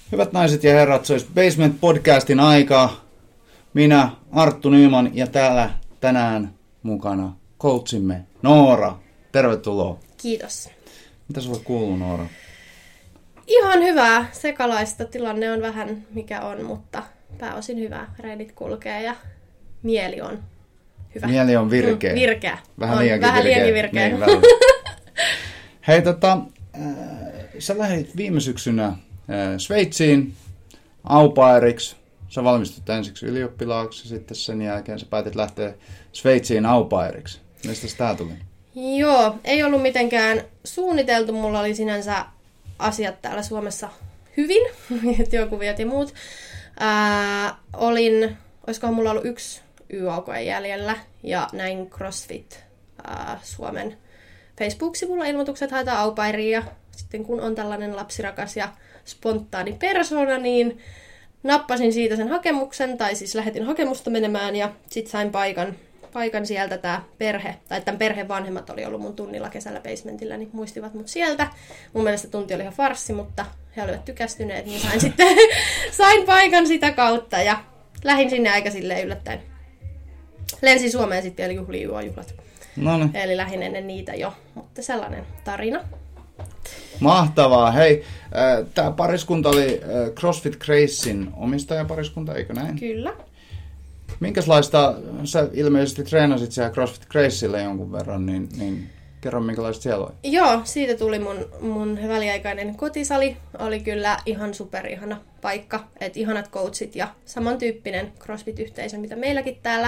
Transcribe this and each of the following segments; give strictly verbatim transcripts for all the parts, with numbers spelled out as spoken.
Hyvät naiset ja herrat, se olisi Basement Podcastin aika. Minä, Arttu Nyman, ja täällä tänään mukana coachimme Noora. Tervetuloa. Kiitos. Mitä sulle kuuluu, Noora? Ihan hyvää. Sekalaista tilanne on vähän mikä on, mutta pääosin hyvää. Reenit kulkee ja mieli on hyvä. Mieli on virkeä. Mm, virkeä. Vähän on, liiankin vähän virkeä. liiankin virkeä. Niin, Hei, tota, äh, sä lähdit viime syksynä äh, Sveitsiin au pairiksi. Sä valmistut ensiksi ylioppilaaksi, sitten sen jälkeen sä päätit lähteä Sveitsiin au pairiksi. Mistä tää tuli? Joo, ei ollut mitenkään suunniteltu. Mulla oli sinänsä asiat täällä Suomessa hyvin, työkuviot ja muut. Ää, olin, olisikohan mulla ollut yksi Y O K jäljellä, ja näin CrossFit ää, Suomen Facebook-sivulla ilmoitukset haetaan au pairiin, ja sitten kun on tällainen lapsirakas ja spontaani persona, niin nappasin siitä sen hakemuksen, tai siis lähetin hakemusta menemään, ja sitten sain paikan, paikan sieltä tämä perhe, tai tämän perheen vanhemmat oli ollut mun tunnilla kesällä basementillä, niin muistivat mut sieltä. Mun mielestä tunti oli ihan farssi, mutta he olivat tykästyneet, niin sain sitten sain paikan sitä kautta, ja lähdin sinne aika silleen yllättäen. Lensin Suomeen sitten vielä juhliin Y O-juhlat. Noniin. Eli lähdin ennen niitä jo, mutta sellainen tarina. Mahtavaa. Hei, äh, tämä pariskunta oli äh, CrossFit Crazyn omistajapariskunta, eikö näin? Kyllä. Minkälaista, sä ilmeisesti treenasit siellä CrossFit Crazyllä jonkun verran, niin, niin kerro minkälaista siellä oli. Joo, siitä tuli mun, mun väliaikainen kotisali. Oli kyllä ihan superihana paikka. Et ihanat coachit ja samantyyppinen CrossFit-yhteisö, mitä meilläkin täällä.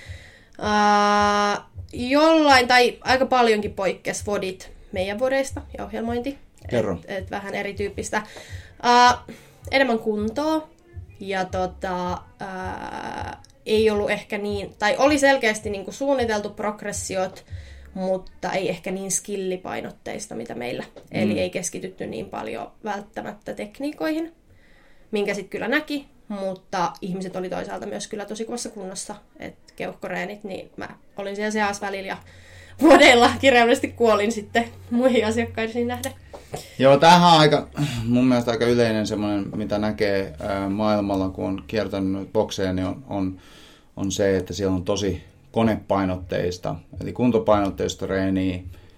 Uh, jollain, tai aika paljonkin poikkesi vodit meidän vodeista ja ohjelmointi. Kerro. Et, et vähän erityyppistä. Uh, enemmän kuntoa ja tota, uh, ei ollut ehkä niin, tai oli selkeästi niin kuin suunniteltu progressiot, mutta ei ehkä niin skillipainotteista, mitä meillä. Mm. Eli ei keskitytty niin paljon välttämättä tekniikoihin, minkä sitten kyllä näki, mutta ihmiset oli toisaalta myös kyllä tosi kovassa kunnossa, että keuhkoreenit, niin mä olin siellä seas välillä ja vuodeilla kirjaimellisesti kuolin sitten muihin asiakkaisiin nähden. Joo, tämähän on aika, mun mielestä aika yleinen semmoinen, mitä näkee ää, maailmalla, kun on kiertänyt bokseja, niin on, on, on se, että siellä on tosi konepainotteista, eli kuntopainotteista treeniä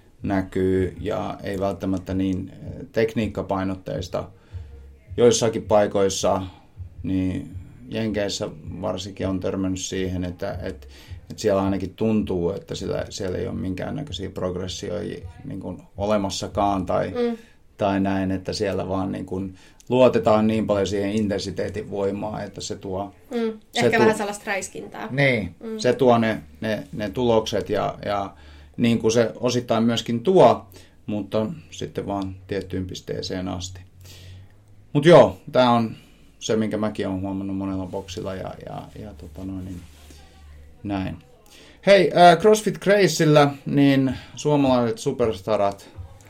näkyy ja ei välttämättä niin tekniikkapainotteista. Joissakin paikoissa, niin Jenkeissä varsinkin on törmännyt siihen, että, että, että siellä ainakin tuntuu, että siellä, siellä ei ole minkäännäköisiä progressioita niin kuin olemassakaan tai, mm. tai näin, että siellä vaan niin kuin luotetaan niin paljon siihen intensiteetin voimaan, että se tuo... Mm. Se Ehkä tuo, vähän sellaista räiskintää. Niin, mm. se tuo ne, ne, ne tulokset ja, ja niin kuin se osittain myöskin tuo, mutta sitten vaan tiettyyn pisteeseen asti. Mutta joo, tämä on se, minkä mäkin olen huomannut monella boksilla ja, ja, ja tota noin, niin näin. Hei, äh, CrossFit Crazyllä niin suomalaiset superstarat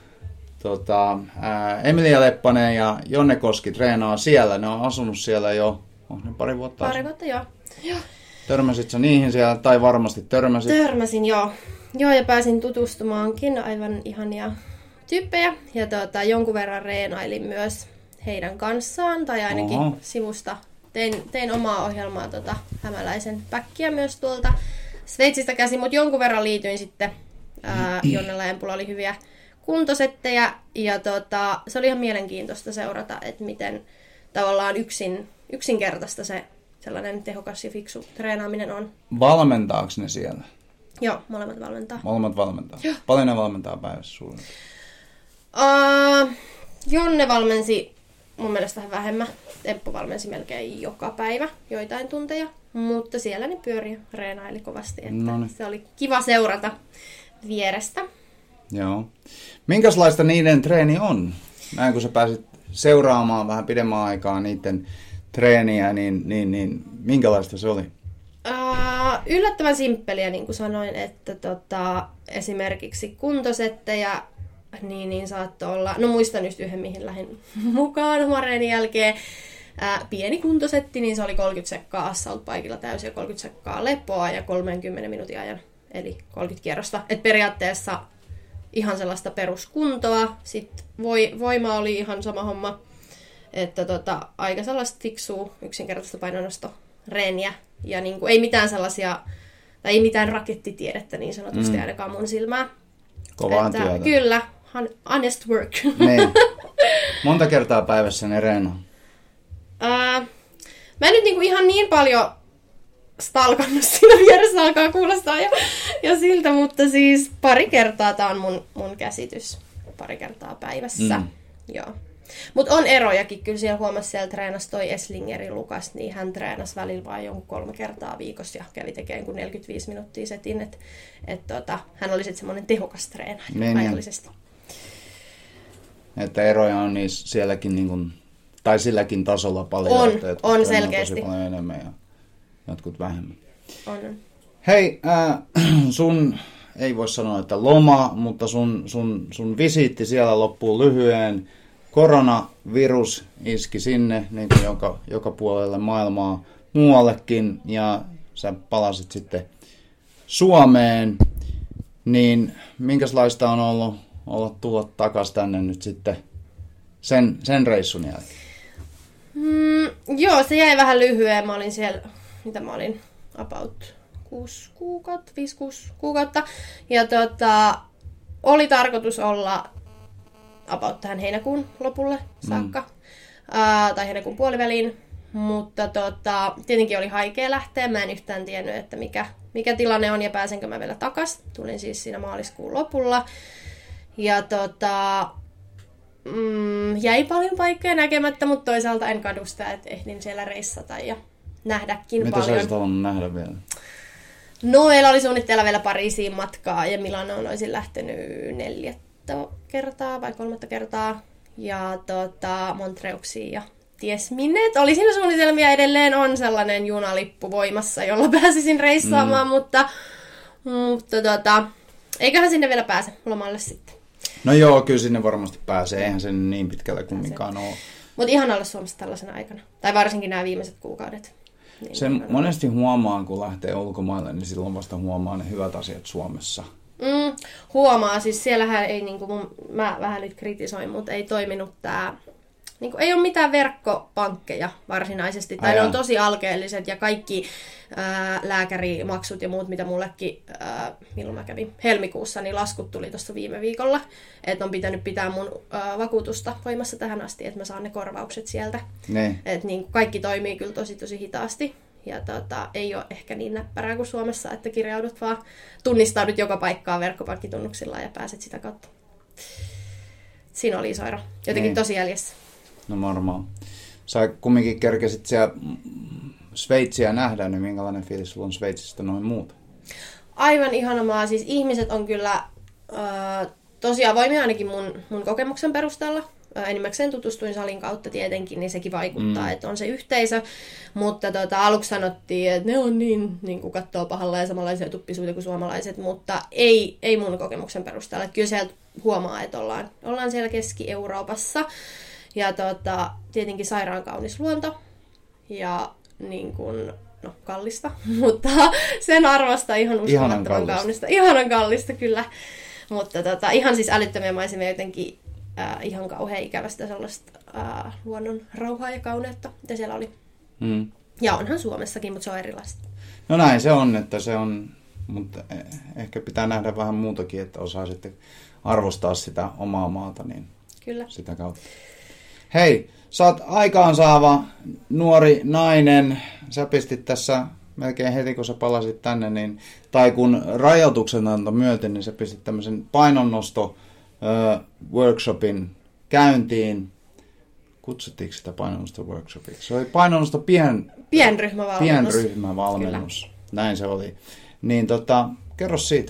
tota, äh, Emilia Leppänen ja Jonne Koski treenaa siellä. Ne on asunut siellä jo on ne pari vuotta. Pari vuotta, joo. joo. Törmäsit sä niihin siellä, tai varmasti törmäsit? Törmäsin, joo. Joo, ja pääsin tutustumaankin aivan ihania tyyppejä. Ja tuota, jonkun verran reenailin myös heidän kanssaan, tai ainakin Oho. sivusta. Tein, tein omaa ohjelmaa tota, hämäläisen päkkiä myös tuolta Sveitsistä käsin, mutta jonkun verran liityin sitten. Ää, Jonnella ja Empulla oli hyviä kuntosettejä, ja tota, se oli ihan mielenkiintoista seurata, että miten tavallaan yksin, yksinkertaista se sellainen tehokas ja fiksu treenaaminen on. Valmentaako ne siellä? Joo, molemmat valmentaa. Molemmat valmentaa. Joo. Paljon ne valmentaa päivässä suurin? Uh, Jonne valmensi mun mielestä vähän vähemmän. Temppu valmensi melkein joka päivä joitain tunteja, mutta siellä ne pyöri ja reenaili kovasti. Että se oli kiva seurata vierestä. Joo. Minkälaista niiden treeni on? Näin kun sä pääsit seuraamaan vähän pidemmän aikaa niiden treeniä, niin, niin, niin minkälaista se oli? Uh, yllättävän simppeliä, niin kuin sanoin, että tota, esimerkiksi kuntosettejä, niin, niin saattoi olla, no muistan just yhden, mihin lähdin mukaan oman reenin jälkeen, uh, pieni kuntosetti, niin se oli kolmekymmentä sekkaa assault-paikilla täysin ja kolmekymmentä sekkaa lepoa ja kolmenkymmenen minuutin ajan, eli kolmekymmentä kierrosta. Et periaatteessa ihan sellaista peruskuntoa, sitten voi, voima oli ihan sama homma. Että tota, aika sellaista fiksua yksinkertaista painonnostoreeniä. Ja niin kuin, ei mitään sellaisia, tai ei mitään rakettitiedettä niin sanotusti mm. ainakaan mun silmää. Kovaa että, työtä. Kyllä, honest work. Niin. Monta kertaa päivässä ne reenaa? Uh, mä en nyt niinku ihan niin paljon stalkannut siinä vieressä, alkaa kuulostaa jo, jo siltä, mutta siis pari kertaa tää on mun, mun käsitys. Pari kertaa päivässä. Mm. Joo. Mutta on erojakin. Kyllä siellä huomasi, siellä treenasi toi Eslingerin Lukas, niin hän treenasi välillä vain jonkun kolme kertaa viikossa ja kävi tekemään kuin neljäkymmentäviisi minuuttia setin. Et, et tota, hän oli sitten semmoinen tehokas treenaaja niin, ajallisesti. Että eroja on niissä sielläkin, niin kuin, tai silläkin tasolla paljon. On, että on selkeästi. Tosi paljon enemmän ja jotkut vähemmän. On, on. Hei, äh, sun, ei voi sanoa, että loma, mutta sun, sun, sun visiitti siellä loppuu lyhyen. Koronavirus iski sinne, niin kuin joka, joka puolelle maailmaa muuallekin, ja sä palasit sitten Suomeen. Niin minkälaista on ollut olla tulla takaisin tänne nyt sitten sen, sen reissun jälkeen? Mm, joo, se jäi vähän lyhyen. Mä olin siellä, mitä mä olin, about kuusi kuukautta, viisi kuusi kuukautta. Ja tota, oli tarkoitus olla about tähän heinäkuun lopulle saakka, mm. uh, tai heinäkuun puoliväliin. Mutta tota, tietenkin oli haikea lähteä. Mä en yhtään tiennyt, että mikä, mikä tilanne on ja pääsenkö mä vielä takas. Tulin siis siinä maaliskuun lopulla. Ja tota, mm, jäi paljon paikkoja näkemättä, mutta toisaalta en kadu sitä, että ehdin siellä reissata ja nähdäkin Mitä paljon. Mitä sä olisit halunnut nähdä vielä? No, meillä oli suunnitteilla vielä Pariisiin matkaa ja Milanoon olisin lähtenyt neljättä kertaa vai kolmatta kertaa. Ja tota, Montreuxiin ja ties minne. Et oli siinä suunnitelmia, edelleen on sellainen junalippu voimassa, jolla pääsisin reissaamaan, mm. mutta, mutta tota, eiköhän sinne vielä pääse lomalle sitten. No joo, kyllä sinne varmasti pääsee. Eihän sen niin pitkälle kumminkaan ole. Mutta ihan olla Suomessa tällaisena aikana. Tai varsinkin nämä viimeiset kuukaudet. Niin sen monesti huomaa, kun lähtee ulkomaille, niin silloin vasta huomaa ne hyvät asiat Suomessa. Mm, huomaa. Siis siellähän ei, niin kuin mun, mä vähän nyt kritisoin, mutta ei toiminut tää. Niin kuin, ei ole mitään verkkopankkeja varsinaisesti. Tai Ai ne on tosi alkeelliset ja kaikki ää, lääkärimaksut ja muut, mitä mullekin, ää, milloin mä kävin helmikuussa, niin laskut tuli tuossa viime viikolla. Että on pitänyt pitää mun ää, vakuutusta voimassa tähän asti, että mä saan ne korvaukset sieltä. Että niin, kaikki toimii kyllä tosi tosi hitaasti. Ja tota, ei ole ehkä niin näppärää kuin Suomessa, että kirjaudut vaan, tunnistaudut joka paikkaan verkkopankkitunnuksilla ja pääset sitä kautta. Siinä oli iso ero. Jotenkin niin. Tosi jäljessä. No varmaan. Sä kumminkin kerkesit siellä Sveitsiä nähdä, niin minkälainen fiilis sulla on Sveitsistä noin muuta? Aivan ihanomaa. Siis ihmiset on kyllä äh, tosi avoimia ainakin mun, mun kokemuksen perusteella. Äh, enimmäkseen tutustuin salin kautta tietenkin, niin sekin vaikuttaa, mm. että on se yhteisö. Mutta tota, aluksi sanottiin, että ne on niin, niin kuin kattoo pahalla ja samanlaisia tuppisuita kuin suomalaiset, mutta ei, ei mun kokemuksen perusteella. Että kyllä sieltä huomaa, että ollaan, ollaan siellä Keski-Euroopassa. Ja tota, tietenkin sairaan kaunis luonto ja niin kuin, no, kallista, mutta sen arvosta ihan uskomattoman kaunista. Ihanan kallista, kyllä. Mutta tota, ihan siis älyttömiä maisemia jotenkin äh, ihan kauhean ikävästä sellaista äh, luonnon rauhaa ja kauneutta, mitä siellä oli. Mm. Ja onhan Suomessakin, mutta se on erilaista. No näin se on, että se on, mutta ehkä pitää nähdä vähän muutakin, että osaa sitten arvostaa sitä omaa maata, niin kyllä. Sitä kautta. Hei, sä oot aikaansaava nuori nainen. Sä pistit tässä melkein heti, kun sä palasit tänne, niin, tai kun rajoituksen antoi myöten, niin sä pistit tämmöisen painonnosto äh, workshopin käyntiin. Kutsuttiinko sitä painonnosto workshopiksi? Se oli painonnosto pien, pienryhmävalmennus. pienryhmävalmennus. Kyllä. Näin se oli. Niin tota, kerro siitä.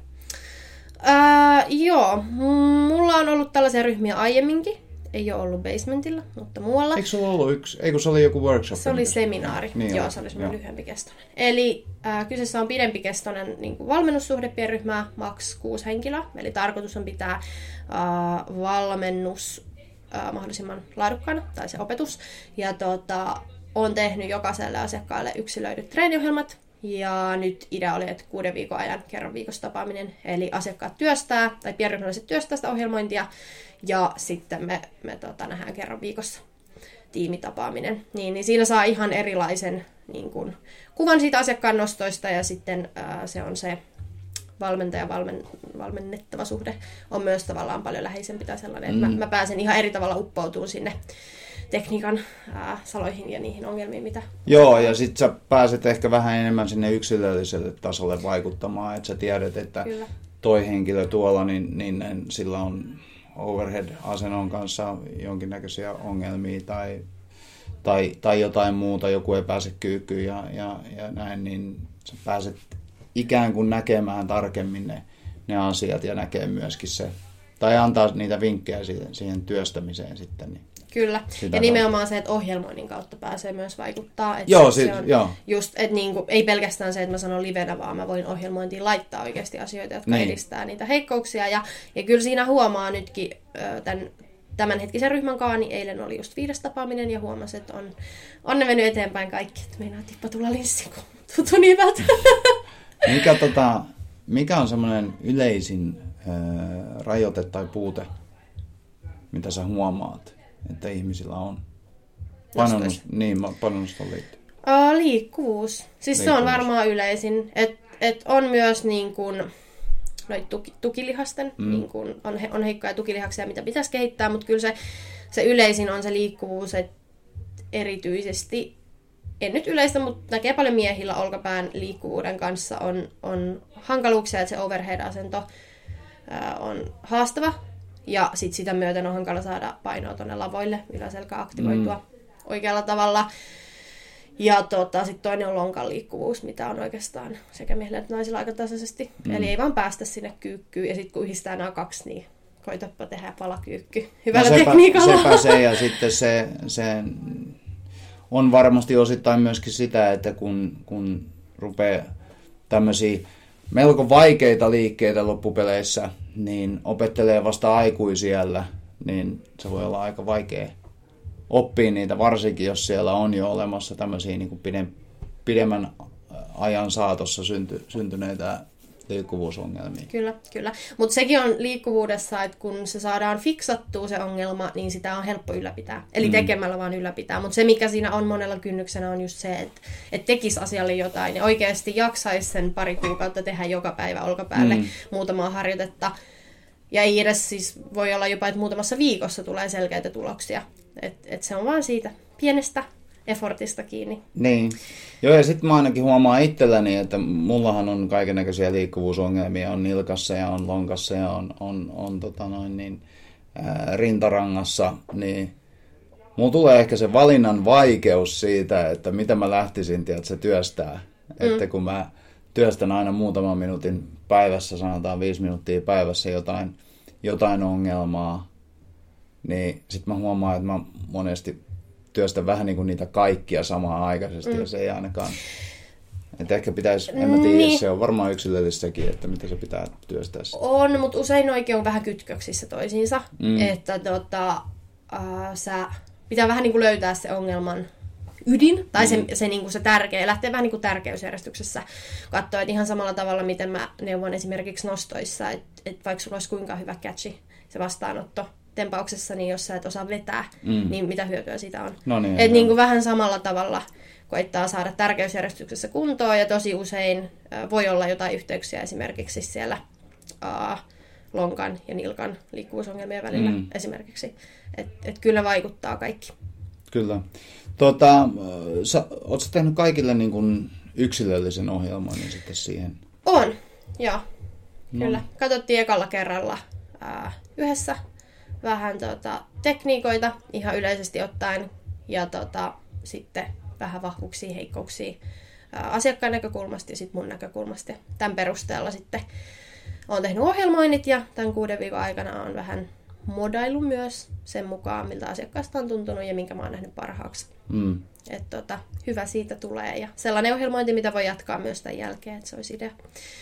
Äh, joo, mulla on ollut tällaisia ryhmiä aiemminkin. Ei ole ollut basementilla, mutta muualla. Eikö sulla ollut yksi? Eikö se oli joku workshop? Se oli seminaari. Niin joo, oli. Se oli semmoinen lyhyempi kestoinen. Eli äh, kyseessä on pidempi kestoinen niin kuin valmennussuhde pienryhmää, maks kuusi henkilöä. Eli tarkoitus on pitää äh, valmennus äh, mahdollisimman laadukkaana, tai se opetus. Ja tota, on tehnyt jokaiselle asiakkaalle yksilöidyt treeniohjelmat. Ja nyt idea oli, että kuuden viikon ajan kerran viikossa tapaaminen. Eli asiakkaat työstää, tai pienryhmäläiset työstää sitä ohjelmointia. Ja sitten me, me tota, nähdään kerran viikossa tiimitapaaminen. Niin, niin siinä saa ihan erilaisen niin kuin, kuvan siitä asiakkaan nostoista ja sitten ää, se on se valmentaja valmen, valmennettava suhde on myös tavallaan paljon läheisempi tai sellainen, mm. että mä, mä pääsen ihan eri tavalla uppoutumaan sinne tekniikan ää, saloihin ja niihin ongelmiin, mitä... Joo, ja sit sä pääset ehkä vähän enemmän sinne yksilölliselle tasolle vaikuttamaan, että sä tiedät, että Kyllä. toi henkilö tuolla, niin, niin sillä on overhead-asennon kanssa jonkinnäköisiä ongelmia tai, tai, tai jotain muuta, joku ei pääse kyykkyyn ja, ja, ja näin, niin sä pääset ikään kuin näkemään tarkemmin ne, ne asiat ja näkee myöskin se, tai antaa niitä vinkkejä siihen, siihen työstämiseen sitten. Niin Kyllä, ja nimenomaan se, että ohjelmoinnin kautta pääsee myös vaikuttaa. Että joo, se, sit, se on joo. Just, että niinku, ei pelkästään se, että mä sanon livenä, vaan mä voin ohjelmointiin laittaa oikeasti asioita, jotka niin. edistää niitä heikkouksia. Ja, ja kyllä siinä huomaa nytkin tämän tämänhetkisen ryhmän kanssa, niin eilen oli just viides tapaaminen ja huomasi, että on, on ne mennyt eteenpäin kaikki. Että meinaa tippa tulla linssi, kun tuntuu niin hyvältä. Mikä, tota, mikä on semmoinen yleisin äh, rajoite tai puute, mitä sä huomaat, että ihmisillä on? Painonnus, niin, painonnostoon liittyy. Uh, liikkuvuus. Siis liikkuvuus. Se on varmaan yleisin. Että et on myös niin kun, noit tuki, tukilihasten, mm. niin kun on, he, on heikkoja tukilihaksia, mitä pitäisi kehittää, mutta kyllä se, se yleisin on se liikkuvuus, että erityisesti, en nyt yleistä, mutta näkee paljon miehillä olkapään liikkuvuuden kanssa on, on hankaluuksia, että se overhead-asento ää, on haastava. Ja sit sitä myöten on hankala saada painoa tuonne lavoille, yläselkä aktivoitua mm. oikealla tavalla. Ja tota, sitten toinen on lonkan liikkuvuus, mitä on oikeastaan sekä miehillä että naisilla aika tasaisesti. Mm. Eli ei vaan päästä sinne kyykkyyn. Ja sitten kun yhdistää nämä kaksi, niin koitapa tehdä palakyykky hyvällä no sepä, tekniikalla. Sepä se, ja sitten se, se on varmasti osittain myöskin sitä, että kun, kun rupeaa tämmöisiä melko vaikeita liikkeitä loppupeleissä, niin opettelee vasta aikuisiällä, niin se voi olla aika vaikea oppia niitä, varsinkin jos siellä on jo olemassa tämmöisiä niin kuin pidemmän ajan saatossa synty, syntyneitä liikkuvuusongelmia. Kyllä, kyllä. Mutta sekin on liikkuvuudessa, että kun se saadaan fiksattua se ongelma, niin sitä on helppo ylläpitää. Eli mm. tekemällä vaan ylläpitää. Mutta se, mikä siinä on monella kynnyksenä, on just se, että et tekisi asialle jotain ja oikeasti jaksaisi sen pari kuukautta tehdä joka päivä olkapäälle mm. muutamaa harjoitetta. Ja ei edes siis voi olla jopa, että muutamassa viikossa tulee selkeitä tuloksia. Et, et se on vaan siitä pienestä effortista kiinni. Niin. Joo, ja sitten mä ainakin huomaan itselläni, että mullahan on kaikennäköisiä liikkuvuusongelmia, on nilkassa ja on lonkassa ja on, on, on tota noin niin, ää, rintarangassa, niin mulla tulee ehkä se valinnan vaikeus siitä, että mitä mä lähtisin, tiedätkö, työstää. Mm. Että kun mä työstän aina muutaman minuutin päivässä, sanotaan viisi minuuttia päivässä jotain, jotain ongelmaa, niin sitten mä huomaan, että mä monesti työstä vähän niin kuin niitä kaikkia samaan aikaisesti, mm. ja se ei ainakaan... Että ehkä pitäisi, en mä tiedä, niin. Se on varmaan yksilöllissäkin, että mitä se pitää työstää. On, mutta usein oikein on vähän kytköksissä toisiinsa. Mm. Että tota, äh, sä pitää vähän niin kuin löytää se ongelman ydin, tai mm. se, se, niin kuin se tärkeä, lähtee vähän niin kuin tärkeysjärjestyksessä katsoa, että ihan samalla tavalla, miten mä neuvon esimerkiksi nostoissa, että, että vaikka sulla olisi kuinka hyvä catchi, se vastaanotto, tempauksessa, niin jos sä et osaa vetää, mm. niin mitä hyötyä siitä on. No niin, et niin kuin vähän samalla tavalla koittaa saada tärkeysjärjestyksessä kuntoon, ja tosi usein äh, voi olla jotain yhteyksiä esimerkiksi siellä äh, lonkan ja nilkan liikkuvuusongelmien välillä mm. esimerkiksi. Että et kyllä vaikuttaa kaikki. Kyllä. Tota, sä, ootko tehnyt kaikille niin kuin yksilöllisen ohjelmoinnin sitten siihen? On, joo. No. Kyllä. Katsottiin ekalla kerralla äh, yhdessä vähän tota, tekniikoita ihan yleisesti ottaen ja tota, sitten vähän vahvuuksia, heikkouksia ää, asiakkaan näkökulmasta ja sitten mun näkökulmasta. Tämän perusteella sitten olen tehnyt ohjelmoinnit ja tämän kuuden viikon aikana on vähän modailu myös sen mukaan, miltä asiakkaasta on tuntunut ja minkä mä oon nähnyt parhaaksi. Mm. Et, tota, hyvä siitä tulee ja sellainen ohjelmointi, mitä voi jatkaa myös tämän jälkeen, että se olisi idea.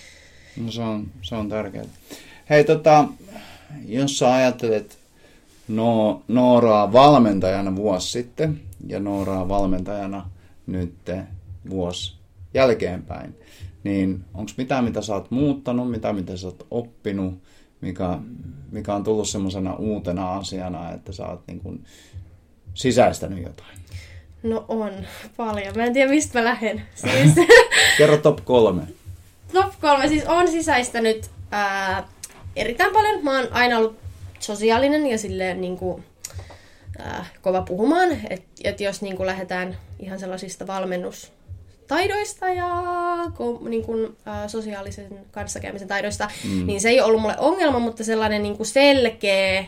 No se on, se on tärkeää. Hei, tota, jos sä ajattelet No, Nooraa valmentajana vuosi sitten ja Nooraa valmentajana nyt vuosi jälkeenpäin, niin onko mitään, mitä sä oot muuttanut, mitä, mitä sä oot oppinut, mikä, mikä on tullut semmoisena uutena asiana, että sä oot niin kun sisäistänyt jotain? No on, paljon. Mä en tiedä, mistä mä lähden. Siis... Kerro top kolme. Top kolme. Siis on sisäistänyt ää, erittäin paljon. Mä oon aina ollut sosiaalinen ja silleen niin kuin, ää, kova puhumaan. Että et jos niin kuin lähdetään ihan sellaisista valmennustaidoista ja niin kuin, ää, sosiaalisen kanssakäymisen taidoista, mm. niin se ei ole ollut mulle ongelma, mutta sellainen niin kuin selkeä,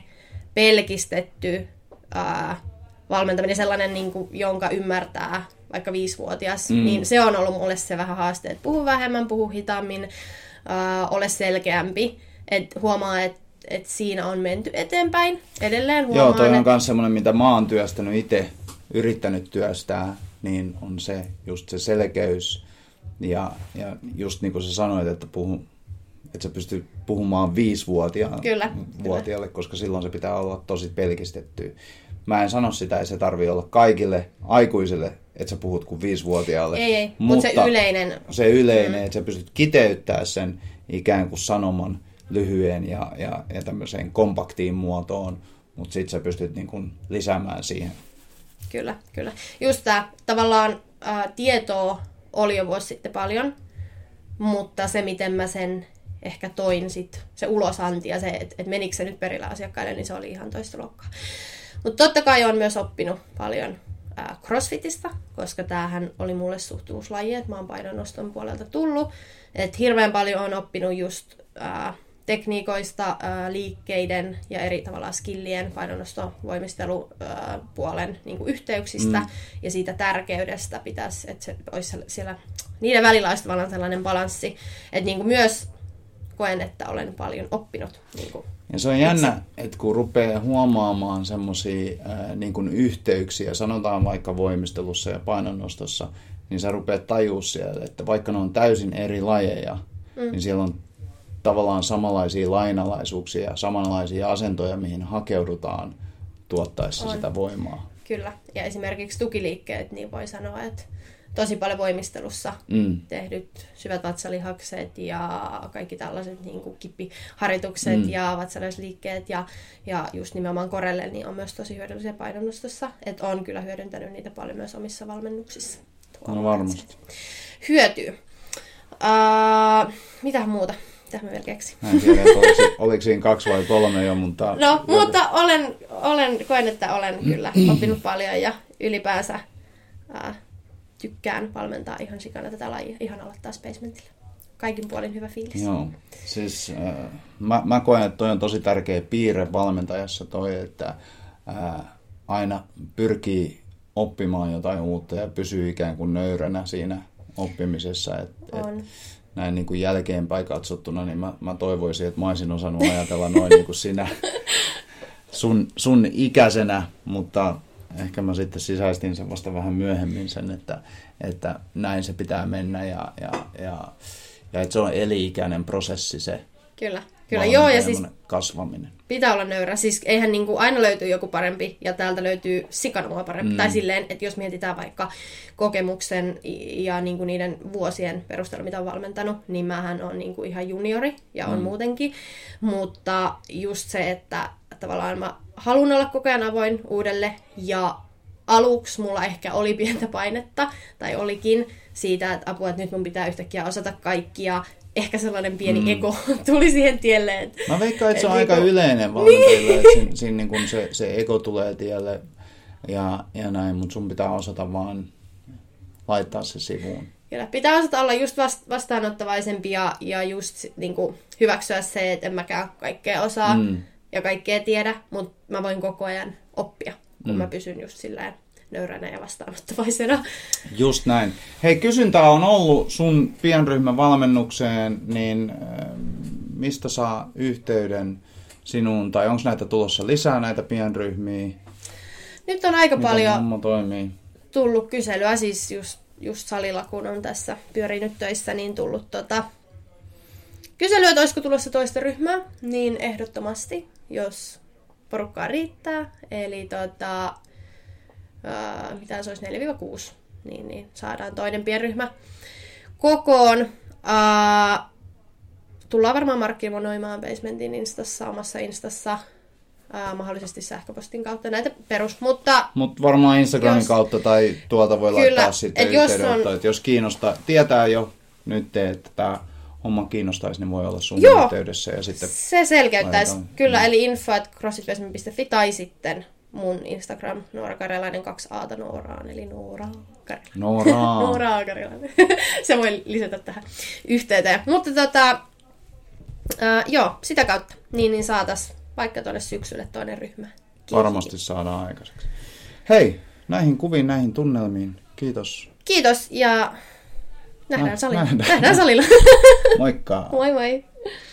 pelkistetty ää, valmentaminen, sellainen, niin kuin, jonka ymmärtää vaikka viisivuotias, mm. niin se on ollut mulle se vähän haaste, että puhu vähemmän, puhu hitaammin, ää, ole selkeämpi, että huomaa, että et siinä on menty eteenpäin. Edelleen huomaan, Joo, toi on et... myös semmoinen, mitä mä oon työstänyt itse, yrittänyt työstää, niin on se just se selkeys. Ja, ja just niin kuin sä sanoit, että, puhu, että sä pystyt puhumaan viisivuotiaalle, kyllä, vuotiaalle, kyllä. Koska silloin se pitää olla tosi pelkistetty. Mä en sano sitä, että se tarvii olla kaikille aikuisille, että sä puhut kuin viisivuotiaalle. Ei, ei, mutta se yleinen. Se yleinen, mm. että sä pystyt kiteyttämään sen ikään kuin sanoman lyhyen ja, ja, ja tämmöiseen kompaktiin muotoon, mutta sitten sä pystyt niin kuin lisäämään siihen. Kyllä, kyllä. Just tää, tavallaan ää, tietoa oli jo vuosi sitten paljon, mutta se, miten mä sen ehkä toin sit, se ulosanti ja se, että et menikö se nyt perillä asiakkaille, niin se oli ihan toista luokkaa. Mutta totta kai olen myös oppinut paljon ää, crossfitista, koska tämähän oli mulle suht uusi laji, että mä oon painonnoston puolelta tullut. Et hirveän paljon olen oppinut just ää, tekniikoista, ää, liikkeiden ja eri tavalla skillien, painonnosto, voimistelupuolen niin kuin yhteyksistä mm. ja siitä tärkeydestä pitäisi, että se olisi siellä, niiden välillä olisi tavallaan sellainen balanssi, että niin kuin myös koen, että olen paljon oppinut. Niin kuin ja se on jännä, itse. Että kun rupeaa huomaamaan semmoisia niin kuin yhteyksiä, sanotaan vaikka voimistelussa ja painonnostossa, niin sä rupeat tajua siellä, että vaikka ne on täysin eri lajeja, mm. niin siellä on tavallaan samanlaisia lainalaisuuksia ja samanlaisia asentoja, mihin hakeudutaan tuottaessa on. Sitä voimaa. Kyllä, ja esimerkiksi tukiliikkeet, niin voi sanoa, että tosi paljon voimistelussa mm. tehdyt syvät vatsalihakset ja kaikki tällaiset niin kuin kippiharjoitukset mm. ja vatsalihasliikkeet ja, ja just nimenomaan korelle niin on myös tosi hyödyllisiä painonnostossa. Että on kyllä hyödyntänyt niitä paljon myös omissa valmennuksissa. No varmasti. Hyötyy. Uh, mitä muuta? Mitä mä vielä keksin? Mä en tiedä, oliko, oliko siinä kaksi vai kolme jo, mutta... No, mutta olen, olen, koen, että olen kyllä oppinut paljon ja ylipäänsä... Uh, tykkään valmentaa ihan sikana tätä lajia, ihan aloittaa Spacementillä. Kaikin puolin hyvä fiilis. Joo, siis äh, mä, mä koen, että toi on tosi tärkeä piirre valmentajassa toi, että äh, aina pyrkii oppimaan jotain uutta ja pysyy ikään kuin nöyränä siinä oppimisessa. Et, et näin niin kuin jälkeenpäin katsottuna, niin mä, mä toivoisin, että mä olisin osannut ajatella noin niin kuin sinä sun, sun ikäisenä, mutta... Ehkä mä sitten sisäistin sen vasta vähän myöhemmin sen, että, että näin se pitää mennä ja, ja, ja, ja että se on eli-ikäinen prosessi se kyllä, kyllä. Joo, ja siis kasvaminen. Pitää olla nöyrä. Siis eihän niin kuin aina löytyy joku parempi ja täältä löytyy sikanua parempi. Mm. Tai silleen, että jos mietitään vaikka kokemuksen ja niin kuin niiden vuosien perusteella, mitä on valmentanut, niin mähän on niin kuin ihan juniori ja on mm. muutenkin. Mutta just se, että tavallaan mä haluan olla koko ajan avoin uudelle ja aluksi mulla ehkä oli pientä painetta tai olikin siitä, että apua, että nyt mun pitää yhtäkkiä osata kaikki ja ehkä sellainen pieni mm. ego tuli siihen tielle. Että, mä veikkaan, että se on aika niin yleinen valmentajilla, niin. Että siinä, siinä niin kun se, se ego tulee tielle ja, ja näin, mutta sun pitää osata vaan laittaa se sivuun. Kyllä, pitää osata olla just vastaanottavaisempi ja, ja just niin kuin hyväksyä se, että en mäkään kaikkea osaa. Mm. Ja kaikkea tiedä, mutta mä voin koko ajan oppia, kun mm. mä pysyn just silleen nöyränä ja vastaanottavaisena. Just näin. Hei, kysyntää on ollut sun pienryhmän valmennukseen, niin äh, mistä saa yhteyden sinuun, tai onko näitä tulossa lisää näitä pienryhmiä? Nyt on aika Miten paljon toimii? Tullut kyselyä, siis just, just salilla, kun on tässä pyörinyt töissä, niin tullut tota, kyselyä, että olisiko tulossa toista ryhmää, niin ehdottomasti, jos porukkaa riittää. Eli tota, ää, mitä se olisi neljä kuusi, niin, niin saadaan toinen pienryhmä kokoon. Ää, tullaan varmaan markkinoimaan Basementin instassa, omassa instassa. ää, mahdollisesti sähköpostin kautta näitä perus, mutta... Mutta varmaan Instagramin jos, kautta tai tuolta voi kyllä, laittaa sitten yhteydenottoa, on... että jos kiinnostaa, tietää jo nyt, että tämä homma kiinnostaisi, niin voi olla sun Joo, yhteydessä. Ja sitten se selkeyttäisi laitetaan. kyllä, mm. eli info at crossfit piste fi tai sitten mun Instagram, Noora Karjalainen, kaksi aata Nooraan, eli Noora Karjalainen. Nooraa. Noora Karjalainen. Se voi lisätä tähän yhteyteen. Mutta tota, ää, joo, sitä kautta, niin, niin saataisiin vaikka tuonne syksylle toinen ryhmä. Kiitos. Varmasti saadaan aikaiseksi. Hei, näihin kuviin, näihin tunnelmiin. Kiitos. Kiitos ja nähdään Nä- salilla. nähdään. Nähdään salilla. Moikka. Moi moi.